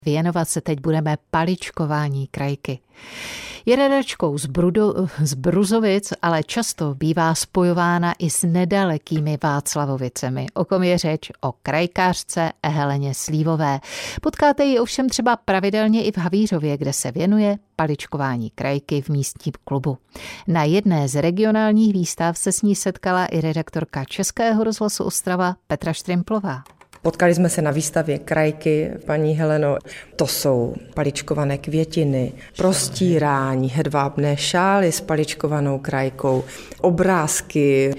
Věnovat se teď budeme paličkování krajky. Je redačkou z Bruzovic, ale často bývá spojována i s nedalekými Václavovicemi. O kom je řeč? O krajkářce Heleně Slívové. Potkáte ji ovšem třeba pravidelně i v Havířově, kde se věnuje paličkování krajky v místním klubu. Na jedné z regionálních výstav se s ní setkala i redaktorka Českého rozhlasu Ostrava Petra Štrimplová. Potkali jsme se na výstavě krajky, paní Heleno. To jsou paličkované květiny, prostírání, hedvábné šály s paličkovanou krajkou, obrázky,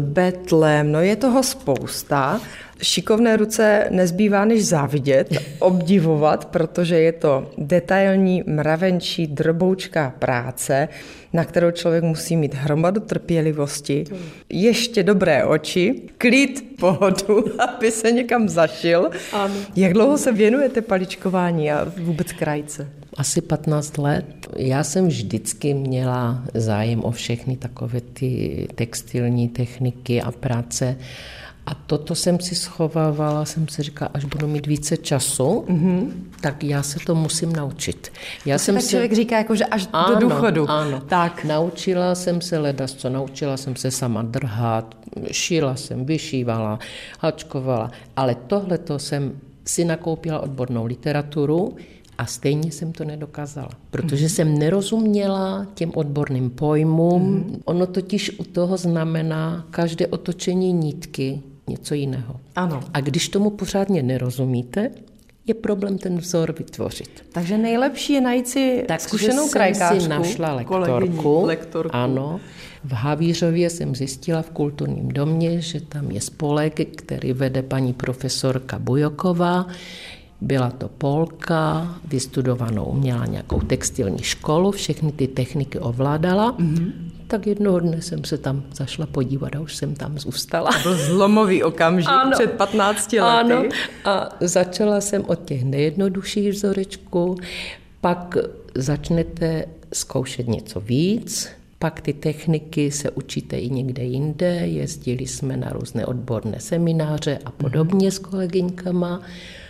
betlem, no je toho spousta. Šikovné ruce nezbývá než závidět, obdivovat, protože je to detailní, mravenčí, drboučká práce, na kterou člověk musí mít hromadu trpělivosti, ještě dobré oči, klid, pohodu, aby se někam zašil. Ano. Jak dlouho se věnujete paličkování a vůbec krajce? Asi 15 let. Já jsem vždycky měla zájem o všechny takové ty textilní techniky a práce. A toto jsem si schovávala, jsem si říkala, až budu mít více času, tak já se to musím naučit. Člověk říká, jako, že až do důchodu. Ano, tak. Naučila jsem se ledasco, naučila jsem se sama drhat, šila jsem, vyšívala, hačkovala, ale tohleto jsem si nakoupila odbornou literaturu a stejně jsem to nedokázala, protože jsem nerozuměla těm odborným pojmům. Ono totiž u toho znamená každé otočení nitky něco jiného. Ano. A když tomu pořádně nerozumíte, je problém ten vzor vytvořit. Takže nejlepší je najít si zkušenou krajkářku. Takže jsem si našla lektorku. Ano. V Havířově jsem zjistila v kulturním domě, že tam je spolek, který vede paní profesorka Bujoková. Byla to Polka, vystudovanou, měla nějakou textilní školu, všechny ty techniky ovládala. Tak jednoho dne jsem se tam zašla podívat a už jsem tam zůstala. Byl zlomový okamžik před 15 lety. Ano, a začala jsem od těch nejjednodušších vzorečků, pak začnete zkoušet něco víc, pak ty techniky se učíte i někde jinde, jezdili jsme na různé odborné semináře a podobně s kolegyňkama.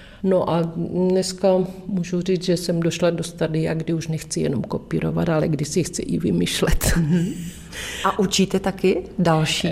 No a dneska můžu říct, že jsem došla do stadia, kdy už nechci jenom kopírovat, ale kdy si chci i vymýšlet. A učíte taky další?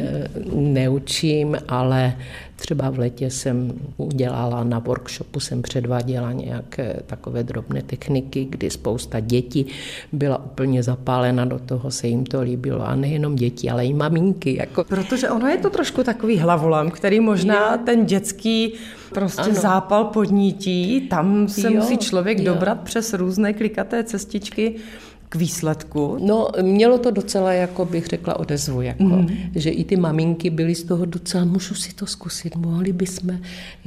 Neučím, ale třeba v létě jsem udělala na workshopu, jsem předváděla nějaké takové drobné techniky, kdy spousta dětí byla úplně zapálena do toho, se jim to líbilo. A nejenom děti, ale i maminky. Protože ono je to trošku takový hlavolám, který možná ten dětský zápal podnítí. Tam se musí člověk dobrat přes různé klikaté cestičky k výsledku. No, mělo to docela, jako bych řekla, odezvu, že i ty maminky byly z toho docela, můžu si to zkusit, mohli bychom,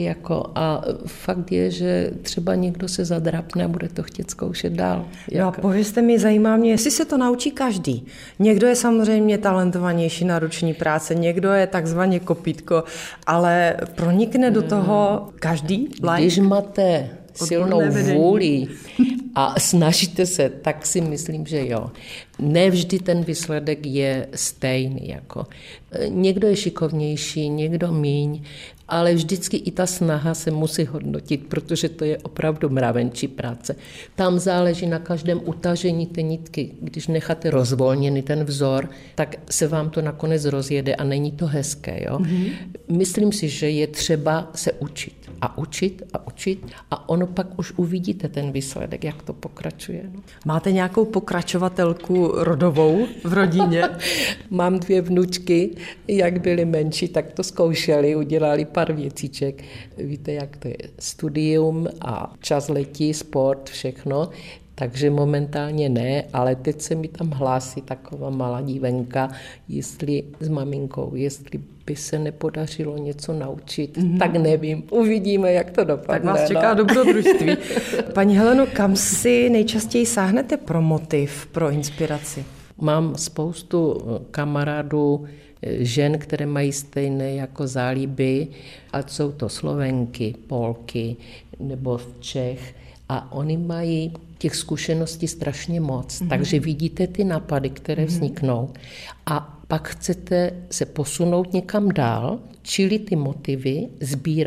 a fakt je, že třeba někdo se zadrápne a bude to chtět zkoušet dál. No a povězte mi, zajímá mě, jestli se to naučí každý. Někdo je samozřejmě talentovanější na ruční práce, někdo je takzvaně kopítko, ale pronikne do toho každý? Když máte silnou vůli a snažíte se, tak si myslím, že jo. Ne vždy ten výsledek je stejný. Někdo je šikovnější, někdo míň, ale vždycky i ta snaha se musí hodnotit, protože to je opravdu mravenčí práce. Tam záleží na každém utažení té nitky. Když necháte rozvolněný ten vzor, tak se vám to nakonec rozjede a není to hezké. Jo? Myslím si, že je třeba se učit. A učit a učit a ono pak už uvidíte ten výsledek, jak to pokračuje. No. Máte nějakou pokračovatelku rodovou v rodině? Mám 2 vnučky, jak byly menší, tak to zkoušeli, udělali pár věcíček. Víte, jak to je studium a čas letí, sport, všechno. Takže momentálně ne, ale teď se mi tam hlásí taková malá dívenka, jestli s maminkou, jestli by se nepodařilo něco naučit, tak nevím, uvidíme, jak to dopadne. Tak vás čeká dobrodružství. Paní Heleno, kam si nejčastěji sáhnete pro motiv, pro inspiraci? Mám spoustu kamarádů, žen, které mají stejné jako zálíby, ať jsou to Slovenky, Polky nebo v Čech. A oni mají těch zkušeností strašně moc. Takže vidíte ty nápady, které vzniknou a pak chcete se posunout někam dál, čili ty motivy sbírám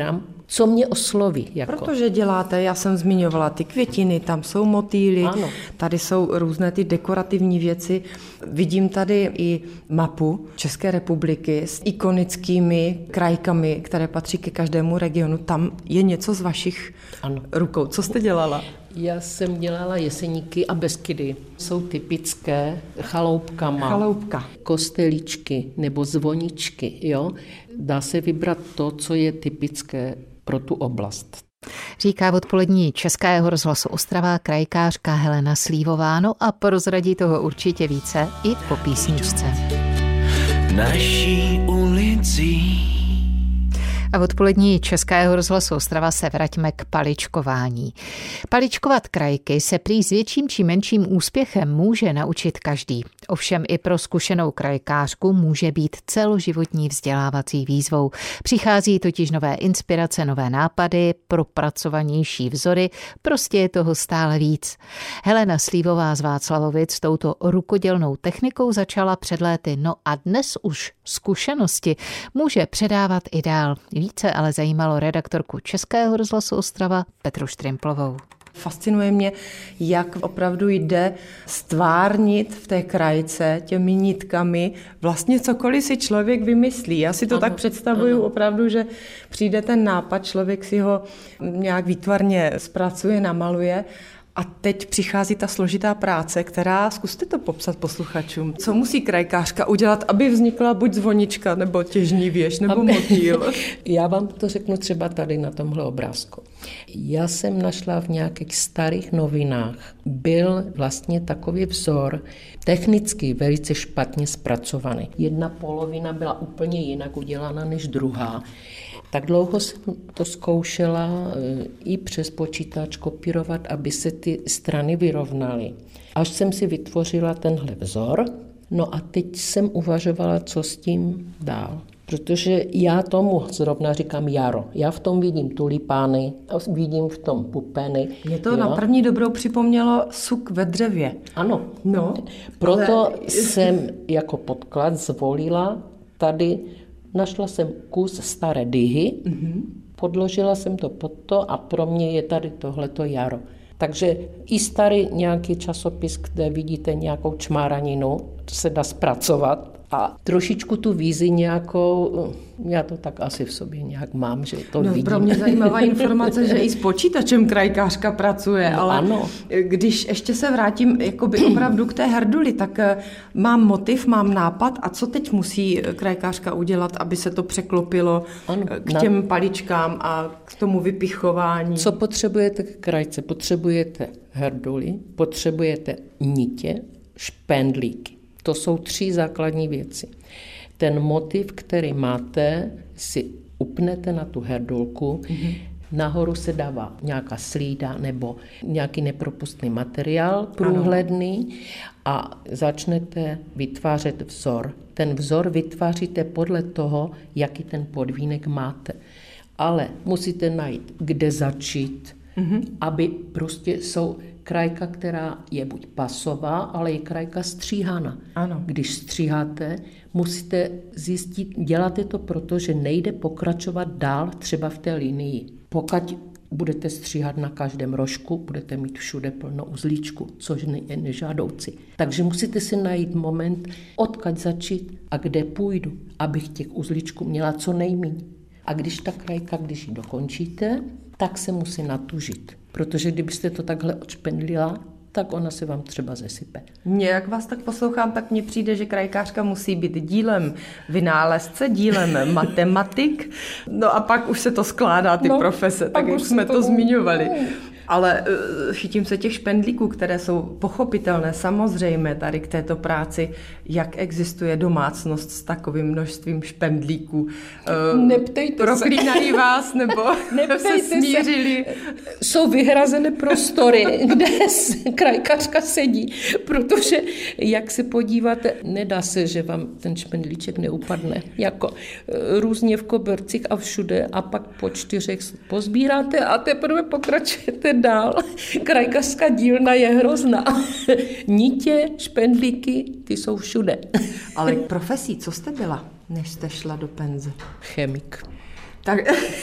co mě osloví. Jako. Protože děláte, já jsem zmiňovala ty květiny, tam jsou motýly, ano. Tady jsou různé ty dekorativní věci. Vidím tady i mapu České republiky s ikonickými krajkami, které patří ke každému regionu. Tam je něco z vašich rukou. Co jste dělala? Já jsem dělala Jeseníky a Beskydy. Jsou typické chaloupkama. Chaloupka. Kostelíčky nebo zvoničky. Jo? Dá se vybrat to, co je typické pro tu oblast. Říká v odpolední Českého rozhlasu Ostrava krajkářka Helena Slívová, no a prozradí toho určitě více i po písničce. Naší ulicí. A v odpolední Českého rozhlasu Ostrava se vraťme k paličkování. Paličkovat krajky se prý s větším či menším úspěchem může naučit každý. Ovšem i pro zkušenou krajkářku může být celoživotní vzdělávací výzvou. Přichází totiž nové inspirace, nové nápady, propracovanější vzory, prostě je toho stále víc. Helena Slívová z Václavovic s touto rukodělnou technikou začala před léty, no a dnes už zkušenosti může předávat i dál. Více ale zajímalo redaktorku Českého rozhlasu Ostrava Petru Štrimplovou. Fascinuje mě, jak opravdu jde stvárnit v té krajce těmi nitkami vlastně cokoliv si člověk vymyslí. Já si to tak představuju opravdu, že přijde ten nápad, člověk si ho nějak výtvarně zpracuje, namaluje. A teď přichází ta složitá práce, která, zkuste to popsat posluchačům, co musí krajkářka udělat, aby vznikla buď zvonička, nebo těžní věž, nebo motýl. Já vám to řeknu třeba tady na tomhle obrázku. Já jsem našla v nějakých starých novinách, byl vlastně takový vzor, technicky velice špatně zpracovaný. Jedna polovina byla úplně jinak udělána než druhá. Tak dlouho jsem to zkoušela i přes počítač kopírovat, aby se ty strany vyrovnaly. Až jsem si vytvořila tenhle vzor, no a teď jsem uvažovala, co s tím dál. Protože já tomu zrovna říkám jaro. Já v tom vidím tulipány, vidím v tom pupeny. Mě to na první dobrou připomnělo suk ve dřevě. Ano. No, proto jsem jako podklad zvolila tady. Našla jsem kus staré dyhy, podložila jsem to pod to a pro mě je tady tohleto jaro. Takže i starý nějaký časopis, kde vidíte nějakou čmáraninu, to se dá zpracovat a trošičku tu vizi nějakou, já to tak asi v sobě nějak mám, že to vidím. Pro mě zajímavá informace, že i s počítačem krajkářka pracuje, no, ale ano. Když ještě se vrátím jakoby opravdu k té herduli, tak mám motiv, mám nápad a co teď musí krajkářka udělat, aby se to překlopilo k těm paličkám a k tomu vypichování? Co potřebujete k krajce? Potřebujete herduli, potřebujete nitě, špendlíky. To jsou 3 základní věci. Ten motiv, který máte, si upnete na tu herdulku, nahoru se dává nějaká slída nebo nějaký nepropustný materiál průhledný a začnete vytvářet vzor. Ten vzor vytváříte podle toho, jaký ten podvínek máte. Ale musíte najít, kde začít, aby prostě jsou krajka, která je buď pasová, ale je krajka stříhána. Ano. Když stříháte, musíte zjistit, děláte to proto, že nejde pokračovat dál třeba v té linii. Pokud budete stříhat na každém rožku, budete mít všude plno uzlíčku, což je nežádoucí. Takže musíte si najít moment, odkud začít a kde půjdu, abych těch uzlíčků měla co nejméně. A když ta krajka, když ji dokončíte, tak se musí natužit. Protože kdybyste to takhle odšpendlila, tak ona se vám třeba zesype. Jak vás tak poslouchám, tak mně přijde, že krajkářka musí být dílem vynálezce, dílem matematik, no a pak už se to skládá, ty profese, tak jak jsme to zmiňovali. Ale chytím se těch špendlíků, které jsou pochopitelné, samozřejmě tady k této práci, jak existuje domácnost s takovým množstvím špendlíků. Neptejte proklínají se. Vás, nebo se smířili? Jsou vyhrazené prostory, kde krajkařka sedí, protože jak se podíváte, nedá se, že vám ten špendlíček neupadne. Jako různě v kobercích a všude a pak po 4 pozbíráte a teprve pokračujete dál. Krajkařská dílna je hrozná. Nitě, špendlíky, ty jsou všude. Ale profesí, co jste byla, než jste šla do penze? Chemik. Tak...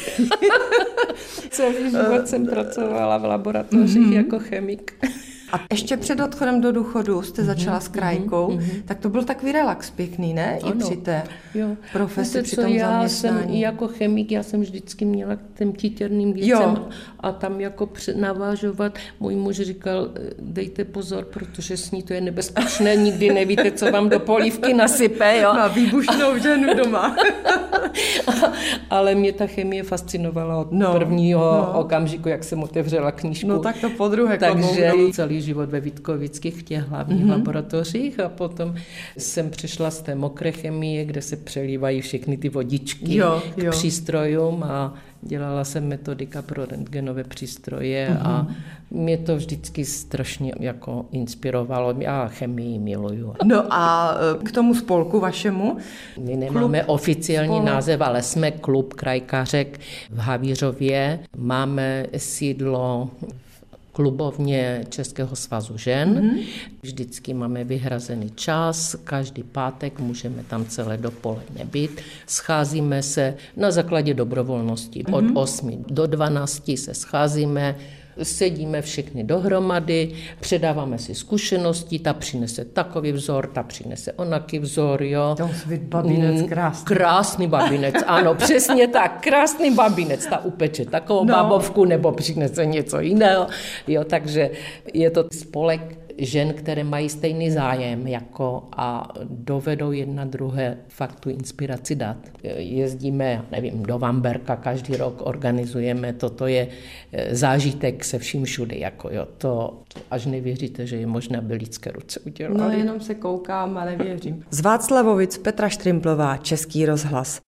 Celý život jsem pracovala v laboratořích jako chemik. A ještě před odchodem do důchodu jste začala s krajkou, tak to byl takový relax pěkný, ne? I při té profesi, při tom zaměstnání. Jako chemik, já jsem vždycky měla tím títěrným vícem a tam jako navážovat. Můj muž říkal, dejte pozor, protože s ní to je nebezpečné, nikdy nevíte, co vám do polívky nasype. Jo? Má výbušnou ženu doma. Ale mě ta chemie fascinovala od prvního okamžiku, jak jsem otevřela knížku. No tak to podruhé. Takže celý život ve Vítkovických v těch hlavních laboratořích a potom jsem přešla z té mokré chemie, kde se přelívají všechny ty vodičky k přístrojům a dělala jsem metodika pro rentgenové přístroje a mě to vždycky strašně jako inspirovalo. Já chemii miluju. No a k tomu spolku vašemu? My nemáme oficiální název, ale jsme klub krajkařek v Havířově. Máme sídlo klubovně Českého svazu žen. Vždycky máme vyhrazený čas, každý pátek můžeme tam celé dopoledne být. Scházíme se na základě dobrovolnosti. Od 8 do 12 se scházíme, sedíme všechny dohromady, předáváme si zkušenosti, ta přinese takový vzor, ta přinese onaký vzor, jo. To musí být babinec krásný. Krásný babinec, ano, přesně tak, krásný babinec, ta upeče takovou babovku nebo přinese něco jiného, jo, takže je to spolek žen, které mají stejný zájem jako a dovedou jedna druhé fakt tu inspiraci dát. Jezdíme, nevím, do Vamberka každý rok, organizujeme, toto je zážitek se vším všude, jako jo, to až nevěříte, že je možné, aby lidské ruce udělali. No jenom se koukám a nevěřím. Z Václavovic Petra Štrimplová, Český rozhlas.